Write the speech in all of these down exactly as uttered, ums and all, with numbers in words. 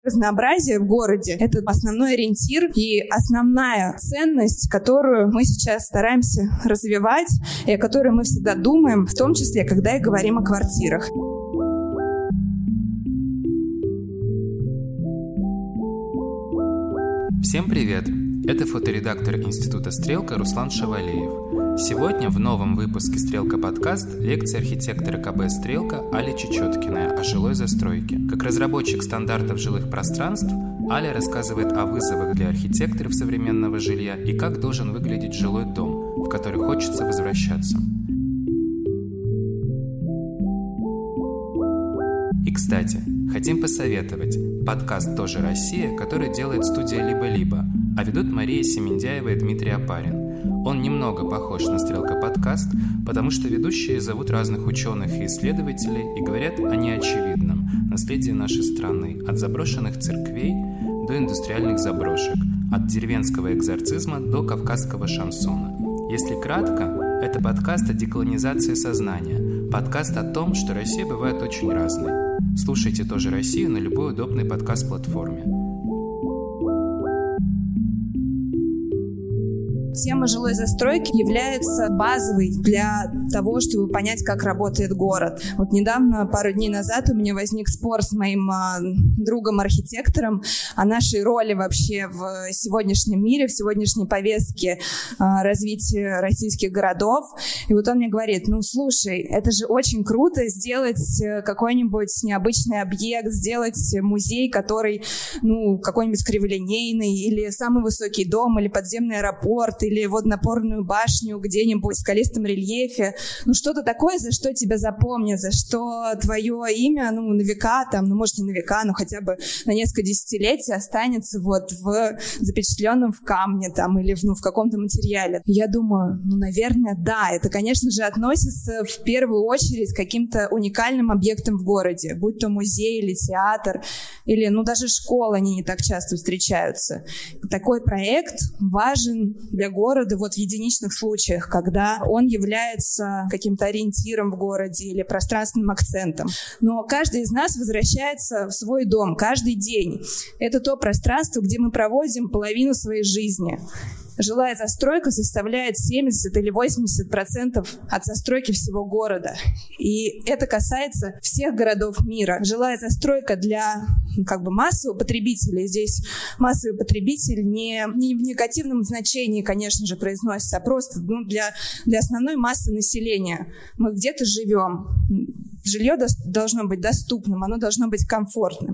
Разнообразие в городе — это основной ориентир и основная ценность, которую мы сейчас стараемся развивать и о которой мы всегда думаем, в том числе, когда и говорим о квартирах. Всем привет! Это фоторедактор Института «Стрелка» Руслан Шавалеев. Сегодня в новом выпуске «Стрелка подкаст» лекция архитектора ка бэ «Стрелка» Али Чечеткиной о жилой застройке. Как разработчик стандартов жилых пространств, Аля рассказывает о вызовах для архитекторов современного жилья и как должен выглядеть жилой дом, в который хочется возвращаться. И, кстати, хотим посоветовать подкаст «Тоже Россия», который делает студия «Либо-либо», а ведут Мария Семендяева и Дмитрий Опарин. Он немного похож на «Стрелка подкаст», потому что ведущие зовут разных ученых и исследователей и говорят о неочевидном наследии нашей страны, от заброшенных церквей до индустриальных заброшек, от деревенского экзорцизма до кавказского шансона. Если кратко, это подкаст о деколонизации сознания, подкаст о том, что Россия бывает очень разной. Слушайте «Тоже Россию» на любой удобной подкаст-платформе. Тема жилой застройки является базовой для того, чтобы понять, как работает город. Вот недавно, пару дней назад, у меня возник спор с моим а, другом-архитектором о нашей роли вообще в сегодняшнем мире, в сегодняшней повестке а, развития российских городов. И вот он мне говорит: ну, слушай, это же очень круто сделать какой-нибудь необычный объект, сделать музей, который, ну, какой-нибудь криволинейный, или самый высокий дом, или подземный аэропорт, или водонапорную башню где-нибудь в скалистом рельефе. Ну, что-то такое, за что тебя запомнят, за что твое имя, ну, на века, там, ну, может, не на века, но хотя бы на несколько десятилетий останется вот в запечатленном в камне, там, или в, ну, в каком-то материале. Я думаю, ну, наверное, да, это, конечно же, относится в первую очередь к каким-то уникальным объектам в городе, будь то музей или театр, или, ну, даже школа, они не так часто встречаются. Такой проект важен для города вот в единичных случаях, когда он является каким-то ориентиром в городе или пространственным акцентом. Но каждый из нас возвращается в свой дом каждый день. Это то пространство, где мы проводим половину своей жизни. Жилая застройка составляет семьдесят или восемьдесят процентов от застройки всего города. И это касается всех городов мира. Жилая застройка для, как бы, массового потребителя. Здесь массовый потребитель не, не в негативном значении, конечно же, произносится, а просто, ну, для, для основной массы населения. Мы где-то живем. Жилье должно быть доступным, оно должно быть комфортным.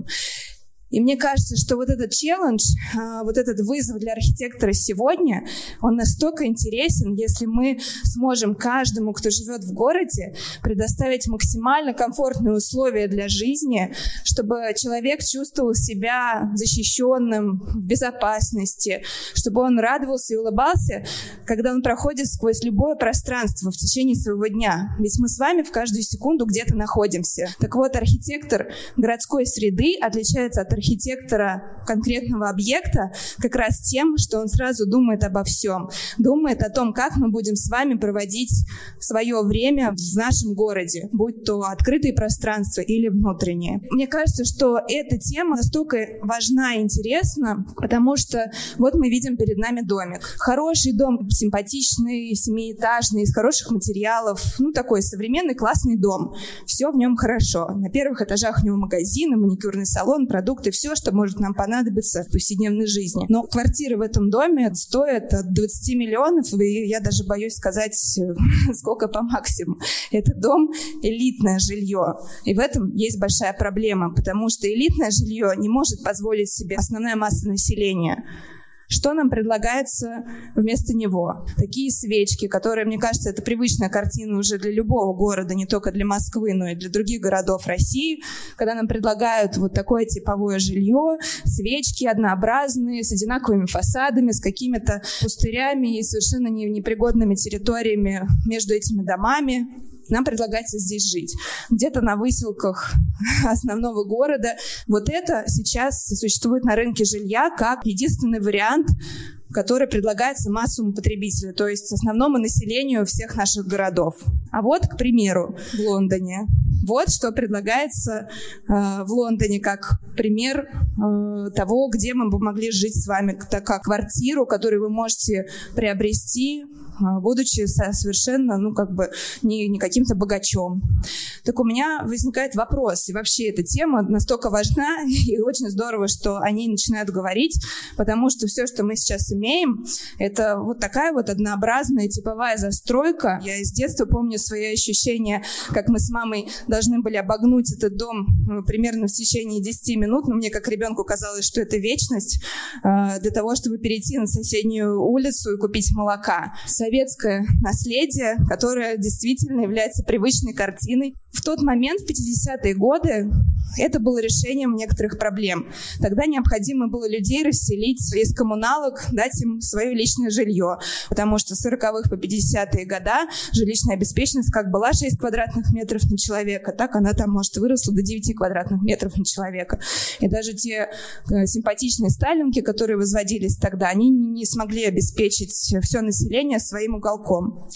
И мне кажется, что вот этот челлендж, вот этот вызов для архитектора сегодня, он настолько интересен, если мы сможем каждому, кто живет в городе, предоставить максимально комфортные условия для жизни, чтобы человек чувствовал себя защищенным, в безопасности, чтобы он радовался и улыбался, когда он проходит сквозь любое пространство в течение своего дня. Ведь мы с вами в каждую секунду где-то находимся. Так вот, архитектор городской среды отличается от архитектора конкретного объекта как раз тем, что он сразу думает обо всем. Думает о том, как мы будем с вами проводить свое время в нашем городе, будь то открытые пространства или внутренние. Мне кажется, что эта тема настолько важна и интересна, потому что вот мы видим перед нами домик. Хороший дом, симпатичный, семиэтажный, из хороших материалов, ну такой современный классный дом. Все в нем хорошо. На первых этажах у него магазины, маникюрный салон, продукты, все, что может нам понадобиться в повседневной жизни. Но квартиры в этом доме стоят от двадцати миллионов, и я даже боюсь сказать, сколько по максимуму. Это дом — элитное жилье. И в этом есть большая проблема, потому что элитное жилье не может позволить себе основная масса населения. Что нам предлагается вместо него? Такие свечки, которые, мне кажется, это привычная картина уже для любого города, не только для Москвы, но и для других городов России, когда нам предлагают вот такое типовое жилье, свечки однообразные, с одинаковыми фасадами, с какими-то пустырями и совершенно непригодными территориями между этими домами. Нам предлагается здесь жить. Где-то на выселках основного города. Вот это сейчас существует на рынке жилья как единственный вариант, который предлагается массовому потребителю, то есть основному населению всех наших городов. А вот, к примеру, в Лондоне. Вот что предлагается э, в Лондоне как пример э, того, где мы бы могли жить с вами, так как квартиру, которую вы можете приобрести, будучи совершенно, ну, как бы, не, не каким-то богачом. Так у меня возникает вопрос, и вообще эта тема настолько важна, и очень здорово, что они начинают говорить, потому что все, что мы сейчас имеем, это вот такая вот однообразная типовая застройка. Я из детства помню свои ощущения, как мы с мамой должны были обогнуть этот дом ну, примерно в течение десяти минут, но мне как ребенку казалось, что это вечность, э, для того, чтобы перейти на соседнюю улицу и купить молока. Советское наследие, которое действительно является привычной картиной. В тот момент, в пятидесятые годы, это было решением некоторых проблем. Тогда необходимо было людей расселить из коммуналок, дать им свое личное жилье, потому что с сороковых по пятидесятые года жилищная обеспеченность как была шесть квадратных метров на человека, так она там, может, выросла до девяти квадратных метров на человека. И даже те э, симпатичные сталинки, которые возводились тогда, они не смогли обеспечить все население своим уголком.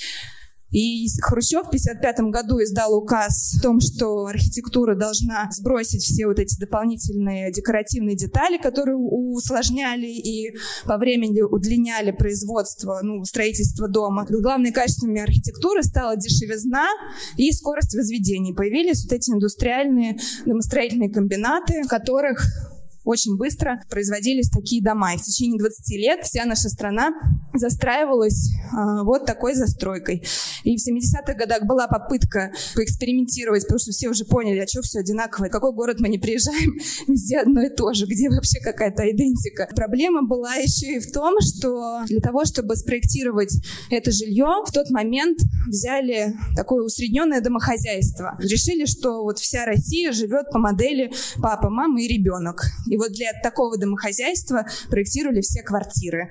И Хрущев в пятьдесят пятом году издал указ о том, что архитектура должна сбросить все вот эти дополнительные декоративные детали, которые усложняли и по времени удлиняли производство, ну, строительство дома. Главными качествами архитектуры стала дешевизна и скорость возведений. Появились вот эти индустриальные домостроительные комбинаты, в которых очень быстро производились такие дома. И в течение двадцати лет вся наша страна застраивалась э, вот такой застройкой. И в семидесятых годах была попытка поэкспериментировать, потому что все уже поняли, а что все одинаковое, в какой город мы не приезжаем, везде одно и то же, где вообще какая-то идентика. Проблема была еще и в том, что для того, чтобы спроектировать это жилье, в тот момент взяли такое усредненное домохозяйство. Решили, что вот вся Россия живет по модели папа, мама и ребенок. И вот для такого домохозяйства проектировали все квартиры.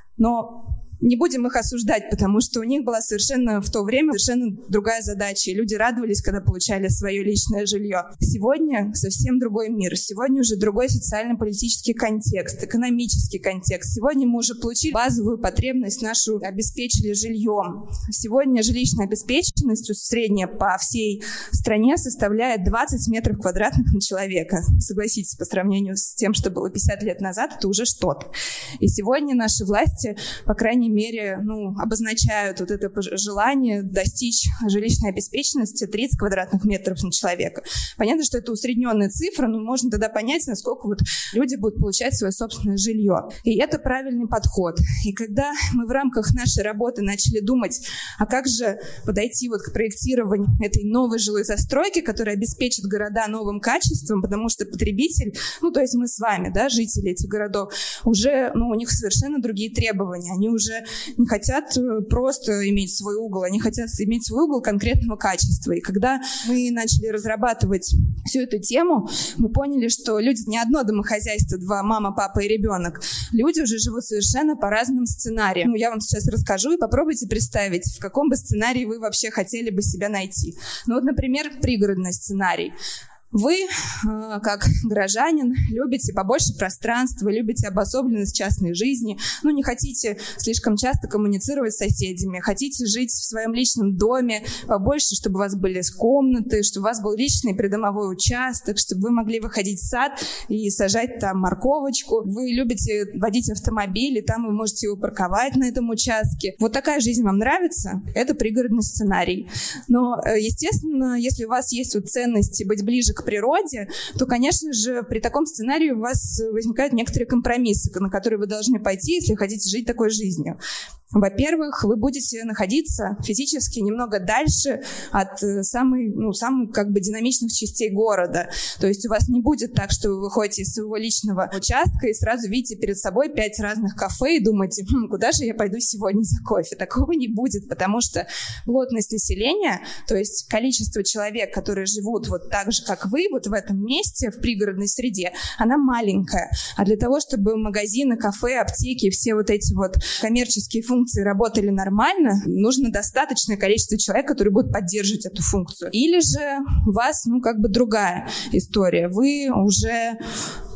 Но не будем их осуждать, потому что у них была совершенно в то время совершенно другая задача. И люди радовались, когда получали свое личное жилье. Сегодня совсем другой мир. Сегодня уже другой социально-политический контекст, экономический контекст. Сегодня мы уже получили базовую потребность нашу, обеспечили жильем. Сегодня жилищная обеспеченность средняя по всей стране составляет двадцать метров квадратных на человека. Согласитесь, по сравнению с тем, что было пятьдесят лет назад, это уже что-то. И сегодня наши власти, по крайней мере, ну, обозначают вот это желание достичь жилищной обеспеченности тридцать квадратных метров на человека. Понятно, что это усредненная цифра, но можно тогда понять, насколько вот люди будут получать свое собственное жилье. И это правильный подход. И когда мы в рамках нашей работы начали думать, а как же подойти вот к проектированию этой новой жилой застройки, которая обеспечит города новым качеством, потому что потребитель, ну, то есть мы с вами, да, жители этих городов, уже, ну, у них совершенно другие требования. Они уже не хотят просто иметь свой угол, они хотят иметь свой угол конкретного качества. И когда мы начали разрабатывать всю эту тему, мы поняли, что люди не одно домохозяйство, два мама, папа и ребенок. Люди уже живут совершенно по разным сценариям. Ну, я вам сейчас расскажу, и попробуйте представить, в каком бы сценарии вы вообще хотели бы себя найти. Ну вот, например, пригородный сценарий. Вы, как горожанин, любите побольше пространства, любите обособленность частной жизни, ну, не хотите слишком часто коммуницировать с соседями, хотите жить в своем личном доме побольше, чтобы у вас были комнаты, чтобы у вас был личный придомовой участок, чтобы вы могли выходить в сад и сажать там морковочку. Вы любите водить автомобиль, и там вы можете его парковать на этом участке. Вот такая жизнь вам нравится? Это пригородный сценарий. Но, естественно, если у вас есть вот ценность быть ближе к природе, то, конечно же, при таком сценарии у вас возникают некоторые компромиссы, на которые вы должны пойти, если хотите жить такой жизнью. Во-первых, вы будете находиться физически немного дальше от самой, ну, самых как бы динамичных частей города. То есть у вас не будет так, что вы выходите из своего личного участка и сразу видите перед собой пять разных кафе и думаете, хм, куда же я пойду сегодня за кофе? Такого не будет, потому что плотность населения, то есть количество человек, которые живут вот так же, как вы, вот в этом месте, в пригородной среде, она маленькая. А для того, чтобы магазины, кафе, аптеки, все вот эти вот коммерческие функции работали нормально, нужно достаточное количество человек, которые будут поддерживать эту функцию. Или же у вас, ну, как бы другая история. Вы уже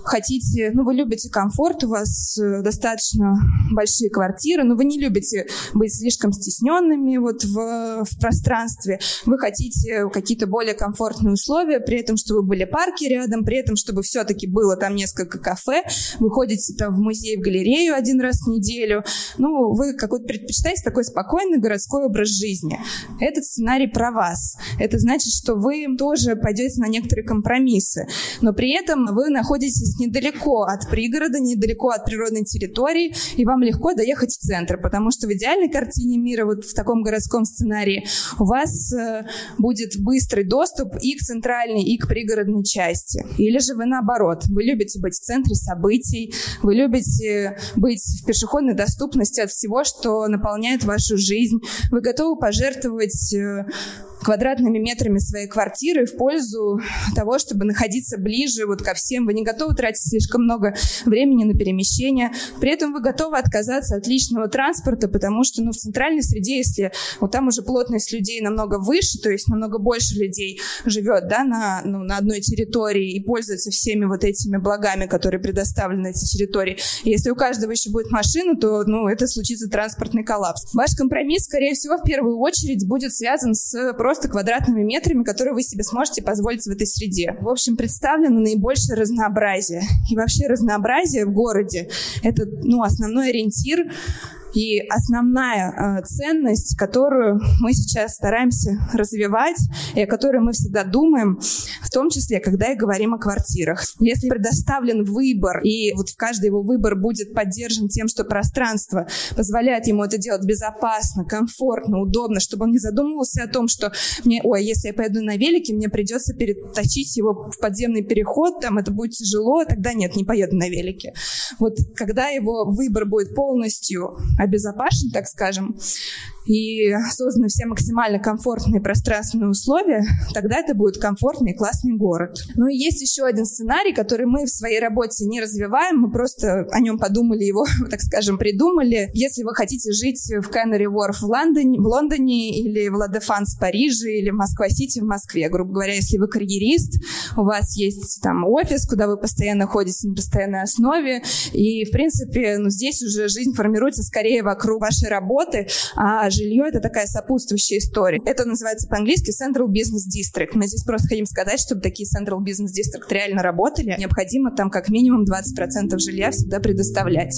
хотите, ну, вы любите комфорт, у вас достаточно большие квартиры, но вы не любите быть слишком стесненными вот в, в пространстве, вы хотите какие-то более комфортные условия, при этом, чтобы были парки рядом, при этом, чтобы все-таки было там несколько кафе, вы ходите там в музей, в галерею один раз в неделю, ну, вы какой-то предпочитаете такой спокойный городской образ жизни. Этот сценарий про вас. Это значит, что вы тоже пойдете на некоторые компромиссы, но при этом вы находитесь недалеко от пригорода, недалеко от природной территории, и вам легко доехать в центр, потому что в идеальной картине мира, вот в таком городском сценарии, у вас э, будет быстрый доступ и к центральной, и к пригородной части. Или же вы наоборот, вы любите быть в центре событий, вы любите быть в пешеходной доступности от всего, что наполняет вашу жизнь, вы готовы пожертвовать э, квадратными метрами своей квартиры в пользу того, чтобы находиться ближе вот ко всем. Вы не готовы тратить слишком много времени на перемещение. При этом вы готовы отказаться от личного транспорта, потому что ну, в центральной среде, если вот там уже плотность людей намного выше, то есть намного больше людей живет да, на, ну, на одной территории и пользуется всеми вот этими благами, которые предоставлены на этой территории. И если у каждого еще будет машина, то ну, это случится транспортный коллапс. Ваш компромисс, скорее всего, в первую очередь будет связан с просто квадратными метрами, которые вы себе сможете позволить в этой среде. В общем, представлено наибольшее разнообразие. И вообще разнообразие в городе – это ну, основной ориентир и основная э, ценность, которую мы сейчас стараемся развивать и о которой мы всегда думаем, в том числе, когда и говорим о квартирах. Если предоставлен выбор, и вот в каждый его выбор будет поддержан тем, что пространство позволяет ему это делать безопасно, комфортно, удобно, чтобы он не задумывался о том, что мне, ой, если я поеду на велике, мне придется перетащить его в подземный переход, там это будет тяжело, тогда нет, не поеду на велике. Вот когда его выбор будет полностью обезопасен, так скажем, и созданы все максимально комфортные пространственные условия, тогда это будет комфортный и классный город. Ну и есть еще один сценарий, который мы в своей работе не развиваем, мы просто о нем подумали, его, так скажем, придумали. Если вы хотите жить в Canary Wharf в Лондоне, в Лондоне или в Ла Дефанс в Париже или в Москва-Сити в Москве, грубо говоря, если вы карьерист, у вас есть там офис, куда вы постоянно ходите на постоянной основе, и, в принципе, ну, здесь уже жизнь формируется скорее вокруг вашей работы, а жилье — это такая сопутствующая история. Это называется по-английски Central Business District. Мы здесь просто хотим сказать, чтобы такие Central Business District реально работали, необходимо там как минимум двадцать процентов жилья всегда предоставлять.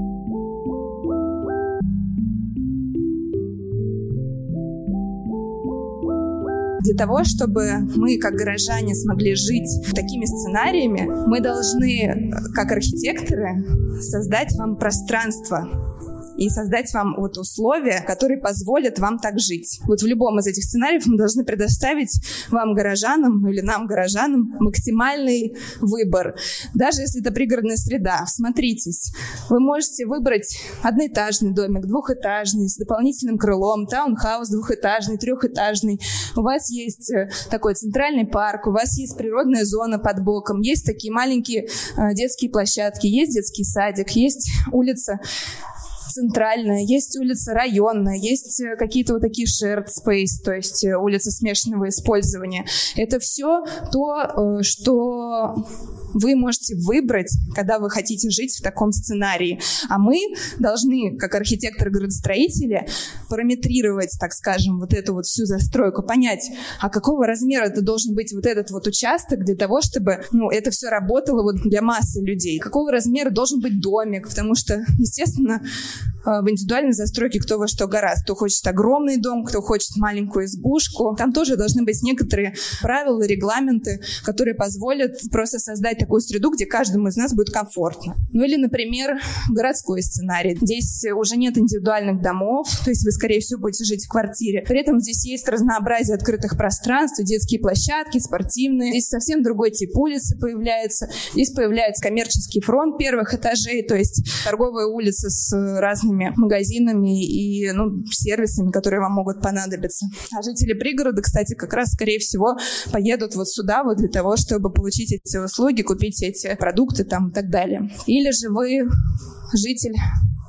Для того, чтобы мы, как горожане, смогли жить такими сценариями, мы должны, как архитекторы, создать вам пространство и создать вам вот условия, которые позволят вам так жить. Вот в любом из этих сценариев мы должны предоставить вам, горожанам, или нам, горожанам, максимальный выбор. Даже если это пригородная среда, всмотритесь, вы можете выбрать одноэтажный домик, двухэтажный, с дополнительным крылом, таунхаус двухэтажный, трехэтажный. У вас есть такой центральный парк, у вас есть природная зона под боком, есть такие маленькие э, детские площадки, есть детский садик, есть улица центральная, есть улица районная, есть какие-то вот такие shared space, то есть улицы смешанного использования. Это все то, что вы можете выбрать, когда вы хотите жить в таком сценарии. А мы должны, как архитекторы-градостроители, параметрировать, так скажем, вот эту вот всю застройку, понять, а какого размера это должен быть вот этот вот участок для того, чтобы ну, это все работало вот для массы людей. Какого размера должен быть домик, потому что, естественно, в индивидуальной застройке кто во что гораздо. Кто хочет огромный дом, кто хочет маленькую избушку. Там тоже должны быть некоторые правила, регламенты, которые позволят просто создать такую среду, где каждому из нас будет комфортно. Ну или, например, городской сценарий. Здесь уже нет индивидуальных домов, то есть вы, скорее всего, будете жить в квартире. При этом здесь есть разнообразие открытых пространств, детские площадки, спортивные. Здесь совсем другой тип улицы появляется. Здесь появляется коммерческий фронт первых этажей, то есть торговая улица с разными магазинами и ну, сервисами, которые вам могут понадобиться. А жители пригорода, кстати, как раз, скорее всего, поедут вот сюда вот для того, чтобы получить эти услуги, купить эти продукты там и так далее. Или же вы житель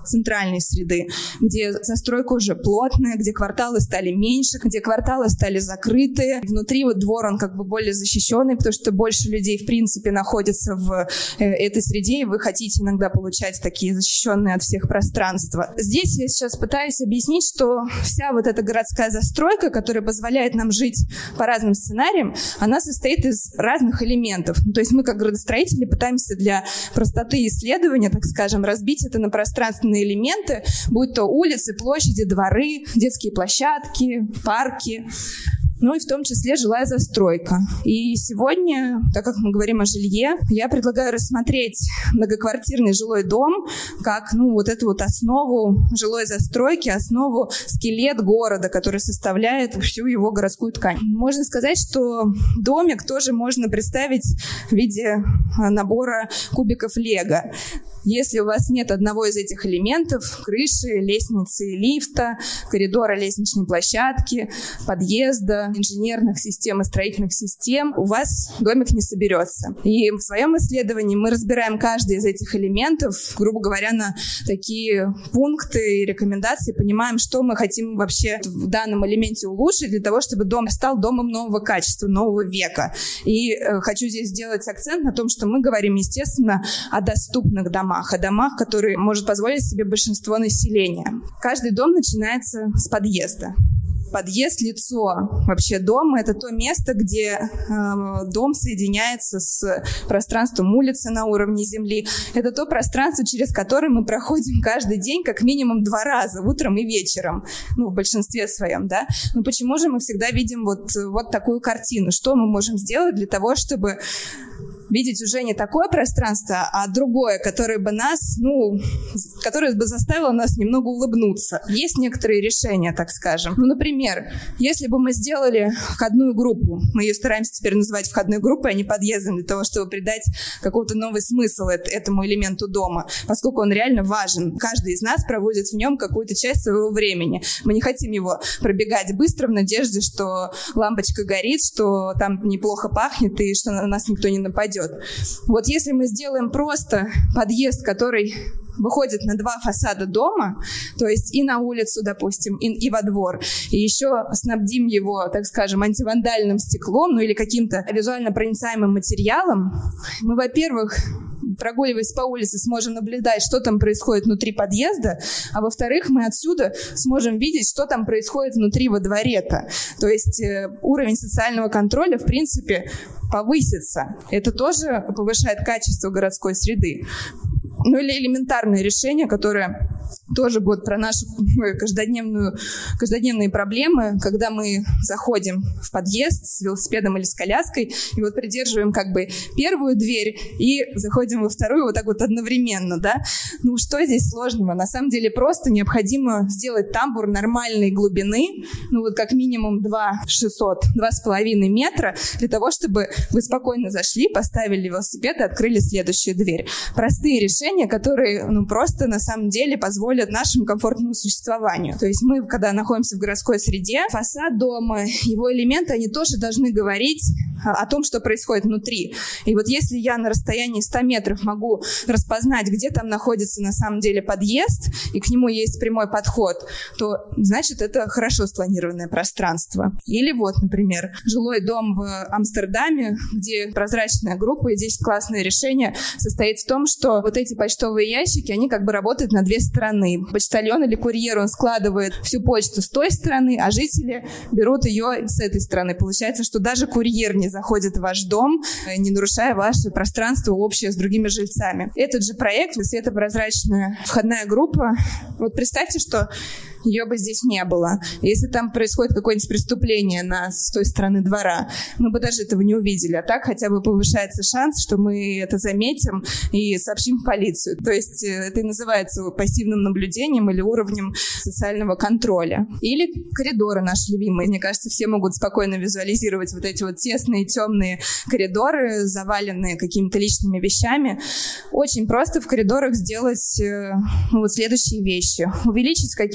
центральной среды, где застройка уже плотная, где кварталы стали меньше, где кварталы стали закрыты. Внутри вот двор, он как бы более защищенный, потому что больше людей, в принципе, находится в э, этой среде, и вы хотите иногда получать такие защищенные от всех пространства. Здесь я сейчас пытаюсь объяснить, что вся вот эта городская застройка, которая позволяет нам жить по разным сценариям, она состоит из разных элементов. Ну, то есть мы, как градостроители, пытаемся для простоты исследования, так скажем, разбить это на пространственные элементы, будь то улицы, площади, дворы, детские площадки, парки, ну и в том числе жилая застройка. И сегодня, так как мы говорим о жилье, я предлагаю рассмотреть многоквартирный жилой дом как, ну, вот эту вот основу жилой застройки, основу, скелет города, который составляет всю его городскую ткань. Можно сказать, что домик тоже можно представить в виде набора кубиков лего. Если у вас нет одного из этих элементов, крыши, лестницы, лифта, коридора, лестничной площадки, подъезда, инженерных систем и строительных систем, у вас домик не соберется. И в своем исследовании мы разбираем каждый из этих элементов, грубо говоря, на такие пункты и рекомендации, понимаем, что мы хотим вообще в данном элементе улучшить для того, чтобы дом стал домом нового качества, нового века. И э, хочу здесь сделать акцент на том, что мы говорим, естественно, о доступных домах, о домах, которые может позволить себе большинство населения. Каждый дом начинается с подъезда. Подъезд — лицо вообще дома. Это то место, где э, дом соединяется с пространством улицы на уровне земли. Это то пространство, через которое мы проходим каждый день как минимум два раза, утром и вечером. Ну, в большинстве своем, да. Но почему же мы всегда видим вот, вот такую картину? Что мы можем сделать для того, чтобы видеть уже не такое пространство, а другое, которое бы нас, ну, которое бы заставило нас немного улыбнуться. Есть некоторые решения, так скажем. Ну, например, если бы мы сделали входную группу, мы ее стараемся теперь называть входной группой, а не подъездом, для того, чтобы придать какой-то новый смысл этому элементу дома, поскольку он реально важен. Каждый из нас проводит в нем какую-то часть своего времени. Мы не хотим его пробегать быстро в надежде, что лампочка горит, что там неплохо пахнет и что на нас никто не нападет. Вот если мы сделаем просто подъезд, который выходит на два фасада дома, то есть и на улицу, допустим, и, и во двор, и еще снабдим его, так скажем, антивандальным стеклом, ну или каким-то визуально проницаемым материалом, мы, во-первых, прогуливаясь по улице, сможем наблюдать, что там происходит внутри подъезда, а во-вторых, мы отсюда сможем видеть, что там происходит внутри во дворе-то. То есть э, уровень социального контроля, в принципе, повысится. Это тоже повышает качество городской среды. Ну или элементарное решение, которое тоже будет про нашу каждодневную, каждодневные проблемы, когда мы заходим в подъезд с велосипедом или с коляской, и вот придерживаем как бы первую дверь и заходим во вторую вот так вот одновременно, да? Ну что здесь сложного? На самом деле просто необходимо сделать тамбур нормальной глубины, ну вот как минимум два шестьсот, два с половиной метра, для того, чтобы вы спокойно зашли, поставили велосипед и открыли следующую дверь. Простые решения, которые, ну, просто на самом деле позволят нашему комфортному существованию. То есть мы, когда находимся в городской среде, фасад дома, его элементы, они тоже должны говорить о том, что происходит внутри. И вот если я на расстоянии ста метров могу распознать, где там находится на самом деле подъезд, и к нему есть прямой подход, то, значит, это хорошо спланированное пространство. Или вот, например, жилой дом в Амстердаме, где прозрачная группа, и здесь классное решение состоит в том, что вот эти почтовые ящики, они как бы работают на две стороны. Почтальон или курьер, он складывает всю почту с той стороны, а жители берут ее с этой стороны. Получается, что даже курьер не заходит в ваш дом, не нарушая ваше пространство общее с другими жильцами. Этот же проект, светопрозрачная входная группа, вот представьте, что ее бы здесь не было. Если там происходит какое-нибудь преступление на, с той стороны двора, мы бы даже этого не увидели. А так хотя бы повышается шанс, что мы это заметим и сообщим в полицию. То есть это и называется пассивным наблюдением или уровнем социального контроля. Или коридоры наши любимые. Мне кажется, все могут спокойно визуализировать вот эти вот тесные, темные коридоры, заваленные какими-то личными вещами. Очень просто в коридорах сделать ну, вот следующие вещи. Увеличить в каких-то местах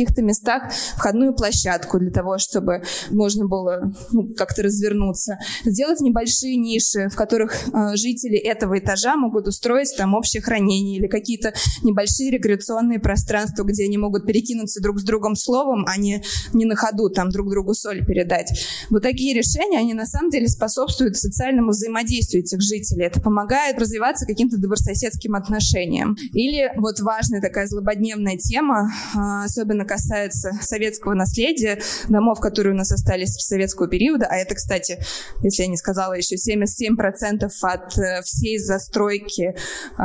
местах входную площадку для того, чтобы можно было ну, как-то развернуться. Сделать небольшие ниши, в которых э, жители этого этажа могут устроить там общее хранение или какие-то небольшие рекреационные пространства, где они могут перекинуться друг с другом словом, а не, не на ходу там друг другу соль передать. Вот такие решения, они на самом деле способствуют социальному взаимодействию этих жителей. Это помогает развиваться каким-то добрососедским отношениям. Или вот важная такая злободневная тема, особенно касается советского наследия, домов, которые у нас остались с советского периода, а это, кстати, если я не сказала еще, семьдесят семь процентов от всей застройки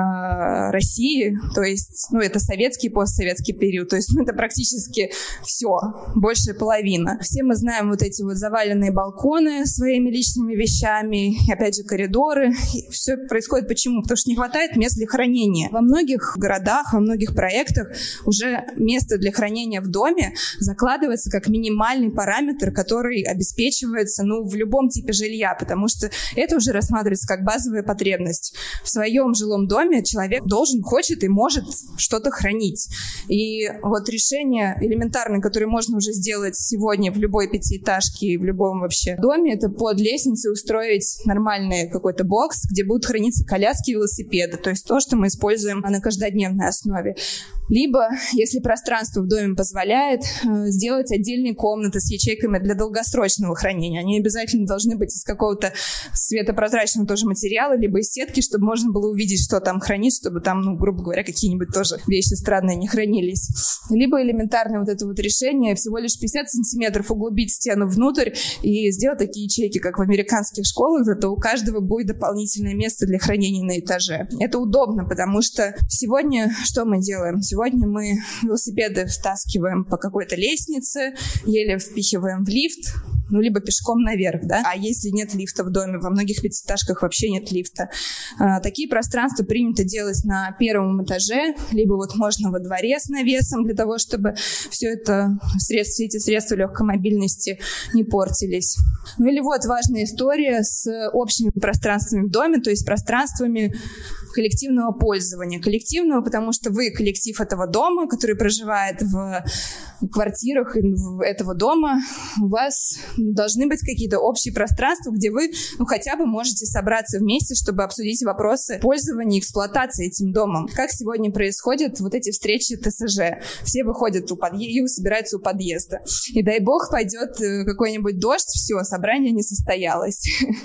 э, России, то есть, ну, это советский и постсоветский период, то есть, ну, это практически все, большая половина. Все мы знаем вот эти вот заваленные балконы своими личными вещами, и, опять же, коридоры. И все происходит почему? Потому что не хватает мест для хранения. Во многих городах, во многих проектах уже место для хранения в доме закладывается как минимальный параметр, который обеспечивается, ну, в любом типе жилья, потому что это уже рассматривается как базовая потребность. В своем жилом доме человек должен, хочет и может что-то хранить. И вот решение элементарное, которое можно уже сделать сегодня в любой пятиэтажке, в любом вообще доме, это под лестницей устроить нормальный какой-то бокс, где будут храниться коляски и велосипеды, то есть то, что мы используем на каждодневной основе. Либо, если пространство в доме позволяет, сделать отдельные комнаты с ячейками для долгосрочного хранения. Они обязательно должны быть из какого-то светопрозрачного тоже материала, либо из сетки, чтобы можно было увидеть, что там хранить, чтобы там, ну, грубо говоря, какие-нибудь тоже вещи странные не хранились. Либо элементарное вот это вот решение всего лишь пятьдесят сантиметров углубить стену внутрь и сделать такие ячейки, как в американских школах, зато у каждого будет дополнительное место для хранения на этаже. Это удобно, потому что сегодня что мы делаем? Сегодня мы велосипеды втаскиваем по какой-то лестнице, еле впихиваем в лифт, ну, либо пешком наверх, да. А если нет лифта в доме, во многих пятиэтажках вообще нет лифта. А, такие пространства принято делать на первом этаже, либо вот можно во дворе с навесом для того, чтобы все это, средства, все эти средства легкой мобильности не портились. Ну, или вот важная история с общими пространствами в доме, то есть пространствами коллективного пользования. Коллективного, потому что вы коллектив этого дома, который проживает в квартирах этого дома, у вас должны быть какие-то общие пространства, где вы, ну, хотя бы можете собраться вместе, чтобы обсудить вопросы пользования и эксплуатации этим домом. Как сегодня происходят вот эти встречи ТСЖ? Все выходят у подъезда, собираются у подъезда. И дай бог пойдет какой-нибудь дождь, все, собрание не состоялось.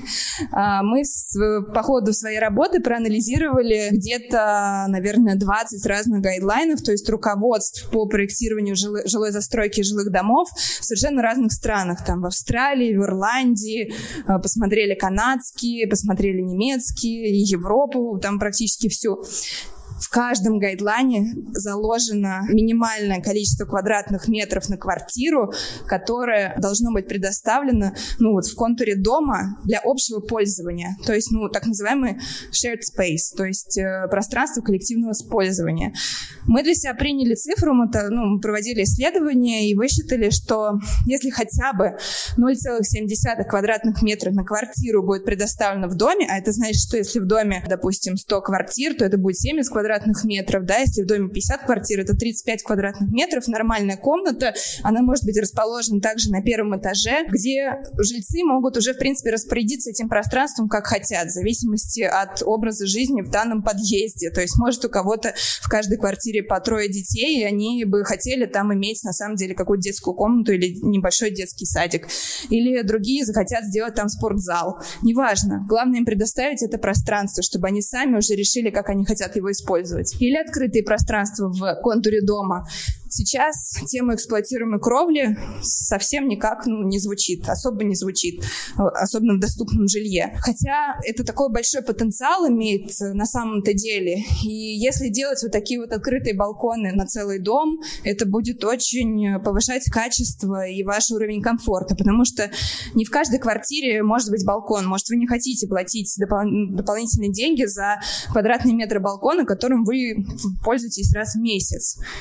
Мы по ходу своей работы проанализировали где-то, наверное, двадцать разных гайдлайнов, то есть руководств по проектированию жилой, жилой застройки жилых домов в совершенно разных странах. Там в Австралии, в Ирландии, посмотрели канадские, посмотрели немецкие, и Европу, там практически всю. В каждом гайдлайне заложено минимальное количество квадратных метров на квартиру, которое должно быть предоставлено, ну, вот в контуре дома для общего пользования. То есть, ну, так называемый shared space, то есть э, пространство коллективного использования. Мы для себя приняли цифру, мы, ну, мы проводили исследования и высчитали, что если хотя бы ноль целых семь десятых квадратных метра на квартиру будет предоставлено в доме, а это значит, что если в доме, допустим, сто квартир, то это будет семьдесят квадратных метров, да, если в доме пятьдесят квартир, это тридцать пять квадратных метров, нормальная комната, она может быть расположена также на первом этаже, где жильцы могут уже, в принципе, распорядиться этим пространством как хотят, в зависимости от образа жизни в данном подъезде. То есть, может, у кого-то в каждой квартире по трое детей, и они бы хотели там иметь, на самом деле, какую-то детскую комнату или небольшой детский садик. Или другие захотят сделать там спортзал. Неважно. Главное им предоставить это пространство, чтобы они сами уже решили, как они хотят его использовать. Или открытые пространства в контуре дома. Сейчас тема эксплуатируемой кровли совсем никак, ну, не звучит, особо не звучит, особенно в доступном жилье. Хотя это такой большой потенциал имеет на самом-то деле. И если делать вот такие вот открытые балконы на целый дом, это будет очень повышать качество и ваш уровень комфорта, потому что не в каждой квартире может быть балкон. Может, вы не хотите платить допол- дополнительные деньги за квадратный метр балкона, которым вы пользуетесь раз в месяц.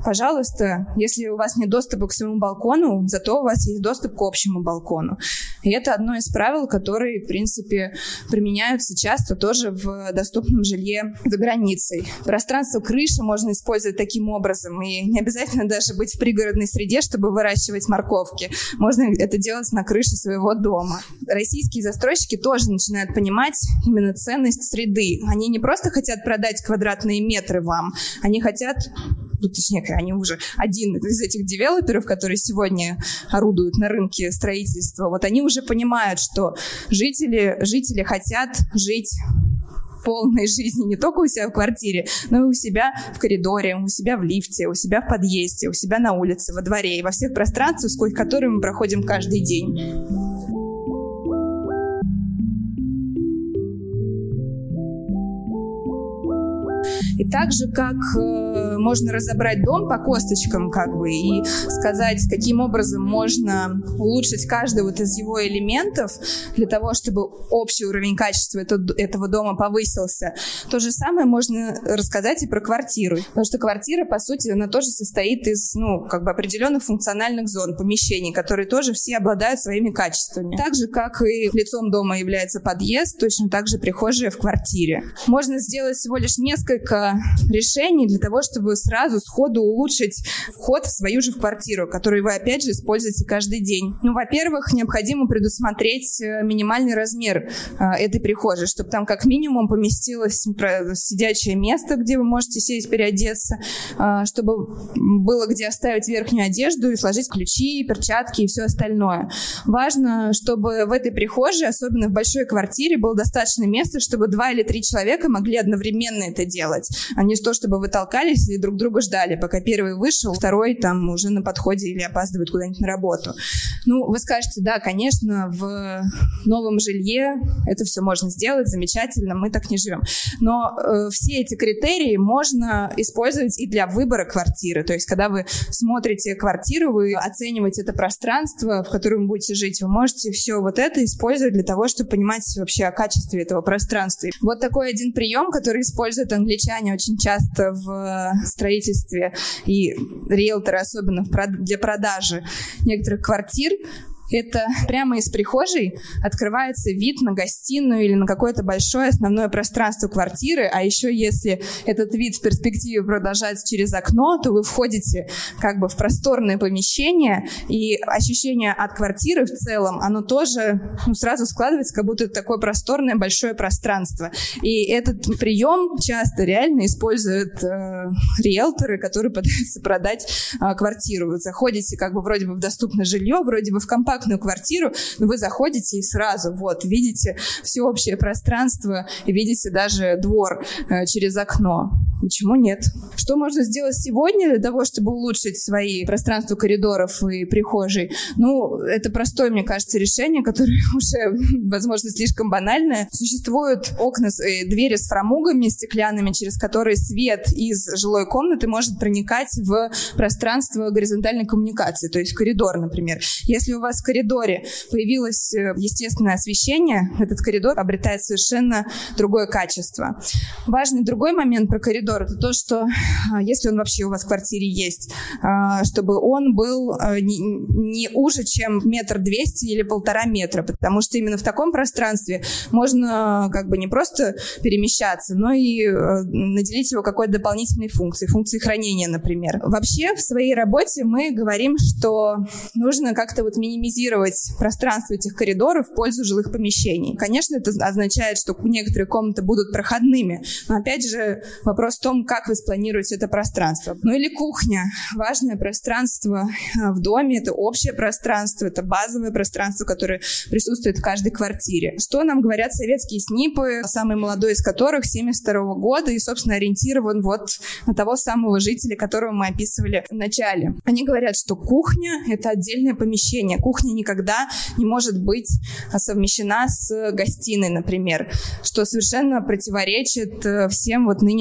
пожалуйста, если у вас нет доступа к своему балкону, зато у вас есть доступ к общему балкону. И это одно из правил, которые, в принципе, применяются часто тоже в доступном жилье за границей. Пространство крыши можно использовать таким образом, и не обязательно даже быть в пригородной среде, чтобы выращивать морковки. Можно это делать на крыше своего дома. Российские застройщики тоже начинают понимать именно ценность среды. Они не просто хотят продать квадратные метры вам, они хотят... Ну, точнее, они уже один из этих девелоперов, которые сегодня орудуют на рынке строительства, вот они уже понимают, что жители, жители хотят жить полной жизни не только у себя в квартире, но и у себя в коридоре, у себя в лифте, у себя в подъезде, у себя на улице, во дворе и во всех пространствах, сквозь которые мы проходим каждый день. И так же, как э, можно разобрать дом по косточкам, как бы, и сказать, каким образом можно улучшить каждый вот из его элементов для того, чтобы общий уровень качества это, этого дома повысился, то же самое можно рассказать и про квартиру. Потому что квартира, по сути, она тоже состоит из, ну, как бы определенных функциональных зон, помещений, которые тоже все обладают своими качествами. Так же, как и лицом дома является подъезд, точно так же прихожая в квартире. Можно сделать всего лишь несколько решений для того, чтобы сразу сходу улучшить вход в свою же квартиру, которую вы, опять же, используете каждый день. Ну, во-первых, необходимо предусмотреть минимальный размер э, этой прихожей, чтобы там как минимум поместилось сидячее место, где вы можете сесть, переодеться, э, чтобы было где оставить верхнюю одежду и сложить ключи, перчатки и все остальное. Важно, чтобы в этой прихожей, особенно в большой квартире, было достаточно места, чтобы два или три человека могли одновременно это делать, а не то, чтобы вы толкались и друг друга ждали, пока первый вышел, второй там уже на подходе или опаздывает куда-нибудь на работу. Ну, вы скажете, да, конечно, в новом жилье это все можно сделать, замечательно, мы так не живем. Но э, все эти критерии можно использовать и для выбора квартиры. То есть, когда вы смотрите квартиру, вы оцениваете это пространство, в котором вы будете жить, вы можете все вот это использовать для того, чтобы понимать вообще о качестве этого пространства. Вот такой один прием, который используют англичане очень часто в строительстве и риэлторы, особенно для продажи некоторых квартир. Это прямо из прихожей открывается вид на гостиную или на какое-то большое основное пространство квартиры, а еще если этот вид в перспективе продолжается через окно, то вы входите как бы в просторное помещение, и ощущение от квартиры в целом, оно тоже ну, сразу складывается, как будто это такое просторное большое пространство. И этот прием часто реально используют э, риэлторы, которые пытаются продать э, квартиру. Вы заходите как бы вроде бы в доступное жилье, вроде бы в компактную квартиру, но вы заходите и сразу вот видите всеобщее пространство и видите даже двор э, через окно. Почему нет? Что можно сделать сегодня для того, чтобы улучшить свои пространства коридоров и прихожей? Ну, это простое, мне кажется, решение, которое уже, возможно, слишком банальное. Существуют окна, э, двери с фрамугами стеклянными, через которые свет из жилой комнаты может проникать в пространство горизонтальной коммуникации, то есть в коридор, например. Если у вас в коридоре появилось естественное освещение, этот коридор обретает совершенно другое качество. Важный другой момент про коридор — это то, что если он вообще у вас в квартире есть, чтобы он был не, не уже, чем метр двести или полтора метра, потому что именно в таком пространстве можно как бы не просто перемещаться, но и наделить его какой-то дополнительной функцией, функцией хранения, например. Вообще в своей работе мы говорим, что нужно как-то вот минимизировать пространство этих коридоров в пользу жилых помещений. Конечно, это означает, что некоторые комнаты будут проходными, но опять же вопрос в том, как вы спланируете это пространство. Ну или кухня. Важное пространство в доме — это общее пространство, это базовое пространство, которое присутствует в каждой квартире. Что нам говорят советские СНИПы, самый молодой из которых семьдесят второго года и, собственно, ориентирован вот на того самого жителя, которого мы описывали в начале. Они говорят, что кухня — это отдельное помещение. Кухня никогда не может быть совмещена с гостиной, например, что совершенно противоречит всем вот нынешним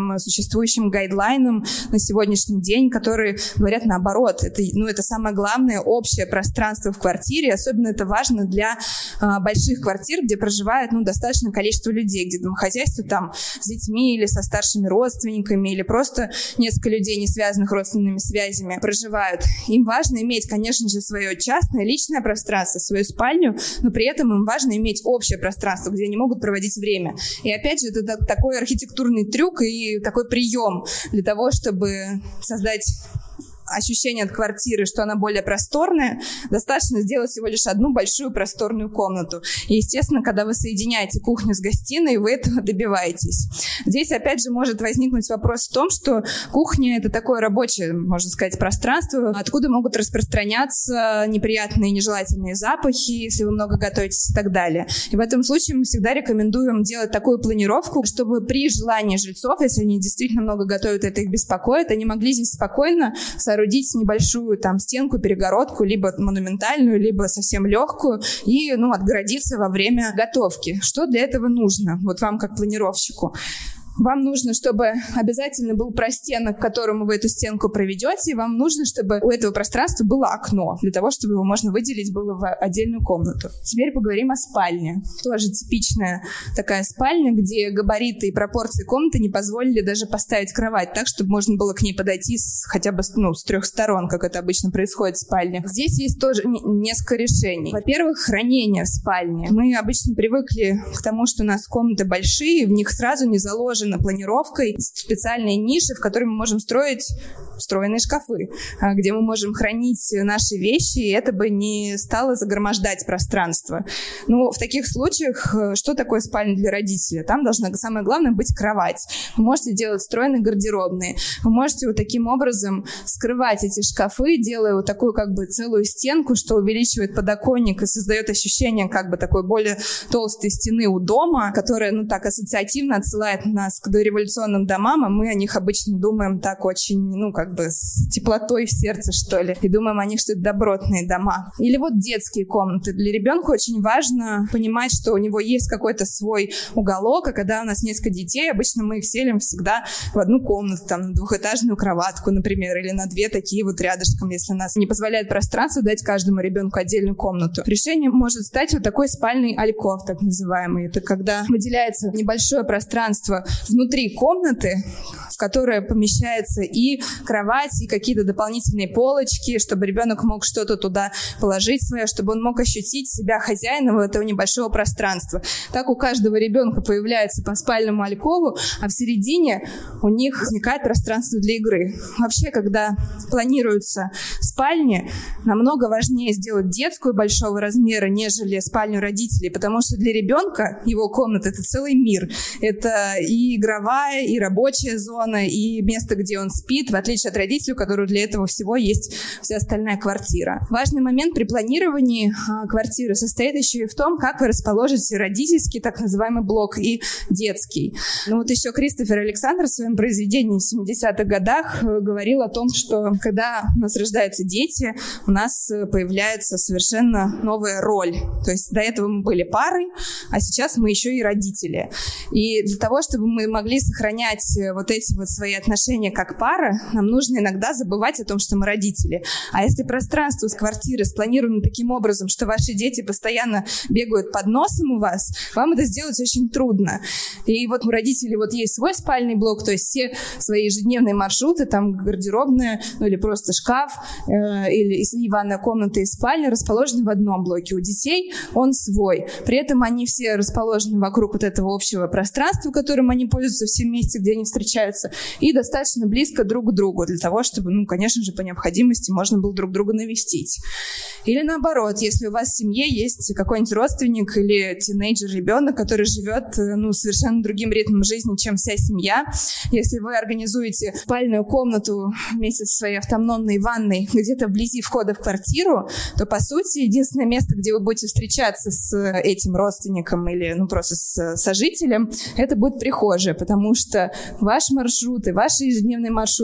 единственным существующим гайдлайном на сегодняшний день, которые говорят наоборот. Это, ну, это самое главное общее пространство в квартире. Особенно это важно для а, больших квартир, где проживает ну, достаточное количество людей, где домохозяйство там с детьми или со старшими родственниками, или просто несколько людей, не связанных родственными связями, проживают. Им важно иметь, конечно же, свое частное, личное пространство, свою спальню, но при этом им важно иметь общее пространство, где они могут проводить время. И опять же, это такой архитектурный трюк и такой прием для того, чтобы создать ощущение от квартиры, что она более просторная, достаточно сделать всего лишь одну большую просторную комнату. И, естественно, когда вы соединяете кухню с гостиной, вы этого добиваетесь. Здесь, опять же, может возникнуть вопрос в том, что кухня — это такое рабочее, можно сказать, пространство, откуда могут распространяться неприятные, нежелательные запахи, если вы много готовитесь и так далее. И в этом случае мы всегда рекомендуем делать такую планировку, чтобы при желании жильцов, если они действительно много готовят, это их беспокоит, они могли здесь спокойно соорудить небольшую там стенку, перегородку, либо монументальную, либо совсем легкую, и ну, отгородиться во время готовки. Что для этого нужно? Вот вам как планировщику. Вам нужно, чтобы обязательно был простенок, к которому вы эту стенку проведете, и вам нужно, чтобы у этого пространства было окно, для того, чтобы его можно выделить было в отдельную комнату. Теперь поговорим о спальне. Тоже типичная такая спальня, где габариты и пропорции комнаты не позволили даже поставить кровать так, чтобы можно было к ней подойти с, хотя бы ну, с трех сторон, как это обычно происходит в спальне. Здесь есть тоже несколько решений. Во-первых, хранение в спальне. Мы обычно привыкли к тому, что у нас комнаты большие, в них сразу не заложено планировкой специальные ниши, в которые мы можем строить встроенные шкафы, где мы можем хранить наши вещи, и это бы не стало загромождать пространство. Но в таких случаях что такое спальня для родителя? Там должна, самое главное, быть кровать. Вы можете делать встроенные гардеробные. Вы можете вот таким образом скрывать эти шкафы, делая вот такую как бы целую стенку, что увеличивает подоконник и создает ощущение как бы такой более толстой стены у дома, которая, ну так, ассоциативно отсылает нас к дореволюционным домам, а мы о них обычно думаем так очень, ну, как бы с теплотой в сердце, что ли, и думаем о них, что это добротные дома. Или вот детские комнаты. Для ребенка очень важно понимать, что у него есть какой-то свой уголок, а когда у нас несколько детей, обычно мы их селим всегда в одну комнату, там, на двухэтажную кроватку, например, или на две такие вот рядышком, если у нас не позволяет пространство дать каждому ребенку отдельную комнату. Решением может стать вот такой спальный альков, так называемый. Это когда выделяется небольшое пространство внутри комнаты, в которое помещается и кровать, и какие-то дополнительные полочки, чтобы ребенок мог что-то туда положить свое, чтобы он мог ощутить себя хозяином этого небольшого пространства. Так у каждого ребенка появляется по спальному алькову, а в середине у них возникает пространство для игры. Вообще, когда планируются спальни, намного важнее сделать детскую большого размера, нежели спальню родителей, потому что для ребенка его комната — это целый мир. Это и игровая, и рабочая зона, и место, где он спит, в отличие от родителей, у которых для этого всего есть вся остальная квартира. Важный момент при планировании а, квартиры состоит еще и в том, как вы расположите родительский, так называемый блок, и детский. Ну вот еще Кристофер Александр в своем произведении в семидесятых годах говорил о том, что когда у нас рождаются дети, у нас появляется совершенно новая роль. То есть до этого мы были парой, а сейчас мы еще и родители. И для того, чтобы мы могли сохранять вот эти вот свои отношения как пара, нам нужно иногда забывать о том, что мы родители. А если пространство с квартиры спланировано таким образом, что ваши дети постоянно бегают под носом у вас, вам это сделать очень трудно. И вот у родителей вот есть свой спальный блок, то есть все свои ежедневные маршруты, там гардеробная, ну или просто шкаф, э, или и ванная комната, и спальня расположены в одном блоке. У детей он свой. При этом они все расположены вокруг вот этого общего пространства, которым они пользуются все вместе, где они встречаются, и достаточно близко друг к другу для того, чтобы, ну, конечно же, по необходимости можно было друг друга навестить. Или наоборот, если у вас в семье есть какой-нибудь родственник или тинейджер-ребенок, который живет, ну, совершенно другим ритмом жизни, чем вся семья, если вы организуете спальную комнату вместе со своей автономной ванной где-то вблизи входа в квартиру, то, по сути, единственное место, где вы будете встречаться с этим родственником или, ну, просто с сожителем, это будет прихожая, потому что ваш маршрут и ваши ежедневные маршруты не будут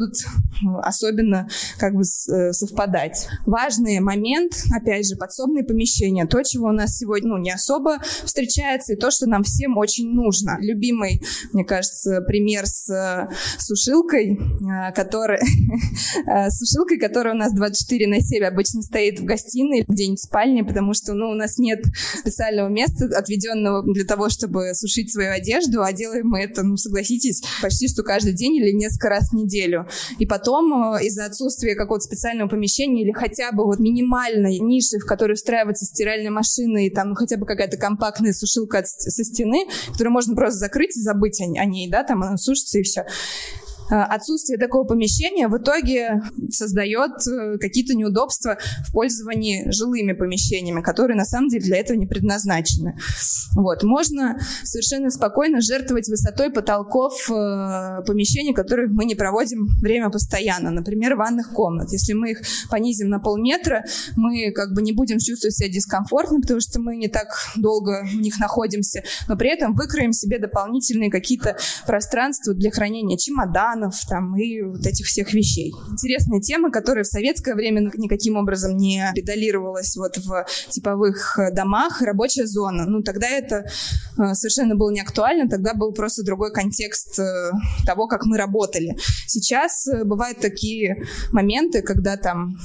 будут особенно как бы совпадать. Важный момент, опять же, подсобные помещения. То, чего у нас сегодня ну, не особо встречается, и то, что нам всем очень нужно. Любимый, мне кажется, пример с сушилкой, которая, сушилкой, которая у нас двадцать четыре на семь обычно стоит в гостиной, где-нибудь в спальне, потому что ну, у нас нет специального места, отведенного для того, чтобы сушить свою одежду, а делаем мы это, ну, согласитесь, почти что каждый день или несколько раз в неделю. И потом из-за отсутствия какого-то специального помещения или хотя бы вот минимальной ниши, в которой встраивается стиральная машина и там ну, хотя бы какая-то компактная сушилка от, со стены, которую можно просто закрыть и забыть о, о ней, да, там она сушится и все. Отсутствие такого помещения в итоге создает какие-то неудобства в пользовании жилыми помещениями, которые на самом деле для этого не предназначены. Вот. Можно совершенно спокойно жертвовать высотой потолков помещений, в которых мы не проводим время постоянно. Например, ванных комнат. Если мы их понизим на полметра, мы как бы не будем чувствовать себя дискомфортно, потому что мы не так долго в них находимся, но при этом выкроем себе дополнительные какие-то пространства для хранения чемоданов, там, и вот этих всех вещей. Интересная тема, которая в советское время никаким образом не педалировалась вот в типовых домах, рабочая зона. Ну, тогда это совершенно было не актуально, тогда был просто другой контекст того, как мы работали. Сейчас бывают такие моменты, когда там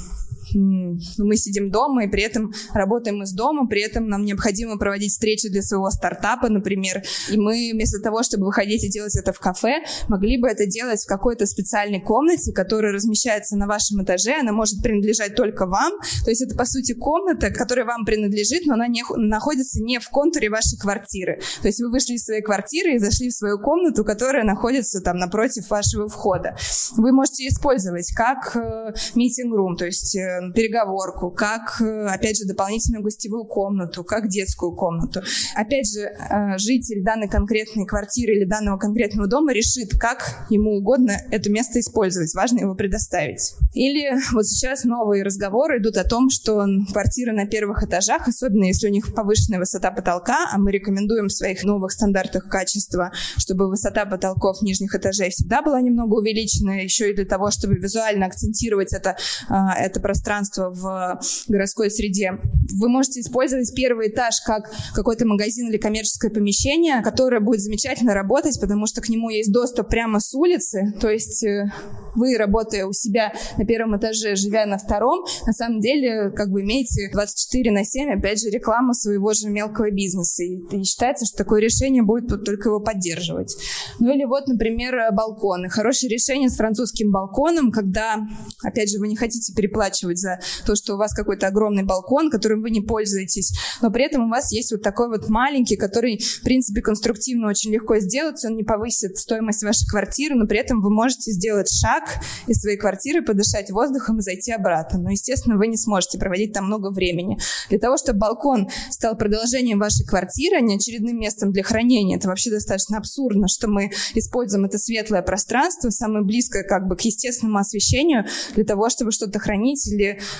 мы сидим дома и при этом работаем из дома, при этом нам необходимо проводить встречи для своего стартапа, например, и мы вместо того, чтобы выходить и делать это в кафе, могли бы это делать в какой-то специальной комнате, которая размещается на вашем этаже, она может принадлежать только вам, то есть это, по сути, комната, которая вам принадлежит, но она не, находится не в контуре вашей квартиры, то есть вы вышли из своей квартиры и зашли в свою комнату, которая находится там напротив вашего входа. Вы можете использовать как митинг-рум, то есть переговорку, как, опять же, дополнительную гостевую комнату, как детскую комнату. Опять же, житель данной конкретной квартиры или данного конкретного дома решит, как ему угодно это место использовать. Важно его предоставить. Или вот сейчас новые разговоры идут о том, что квартиры на первых этажах, особенно если у них повышенная высота потолка, а мы рекомендуем в своих новых стандартах качества, чтобы высота потолков нижних этажей всегда была немного увеличена, еще и для того, чтобы визуально акцентировать это, это пространство в городской среде. Вы можете использовать первый этаж как какой-то магазин или коммерческое помещение, которое будет замечательно работать, потому что к нему есть доступ прямо с улицы, то есть вы, работая у себя на первом этаже, живя на втором, на самом деле как бы имеете двадцать четыре на семь, опять же, рекламу своего же мелкого бизнеса. И, и считается, что такое решение будет тут только его поддерживать. Ну или вот, например, балконы. Хорошее решение с французским балконом, когда, опять же, вы не хотите переплачивать за то, что у вас какой-то огромный балкон, которым вы не пользуетесь, но при этом у вас есть вот такой вот маленький, который, в принципе, конструктивно очень легко сделать, он не повысит стоимость вашей квартиры, но при этом вы можете сделать шаг из своей квартиры, подышать воздухом и зайти обратно. Но, естественно, вы не сможете проводить там много времени. Для того, чтобы балкон стал продолжением вашей квартиры, а не очередным местом для хранения, это вообще достаточно абсурдно, что мы используем это светлое пространство, самое близкое как бы к естественному освещению, для того, чтобы что-то хранить или э,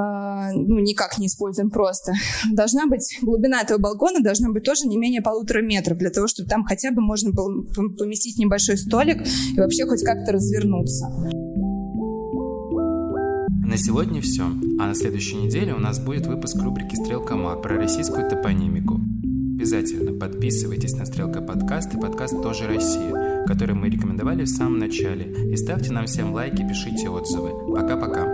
ну, никак не используем просто. Должна быть глубина этого балкона, должна быть тоже не менее полутора метров, для того, чтобы там хотя бы можно было поместить небольшой столик и вообще хоть как-то развернуться. На сегодня все, а на следующей неделе у нас будет выпуск рубрики «Стрелка Маг» про российскую топонимику. Обязательно подписывайтесь на «Стрелка подкаст» и подкаст «Тоже Россия», который мы рекомендовали в самом начале, и ставьте нам всем лайки, пишите отзывы. Пока-пока.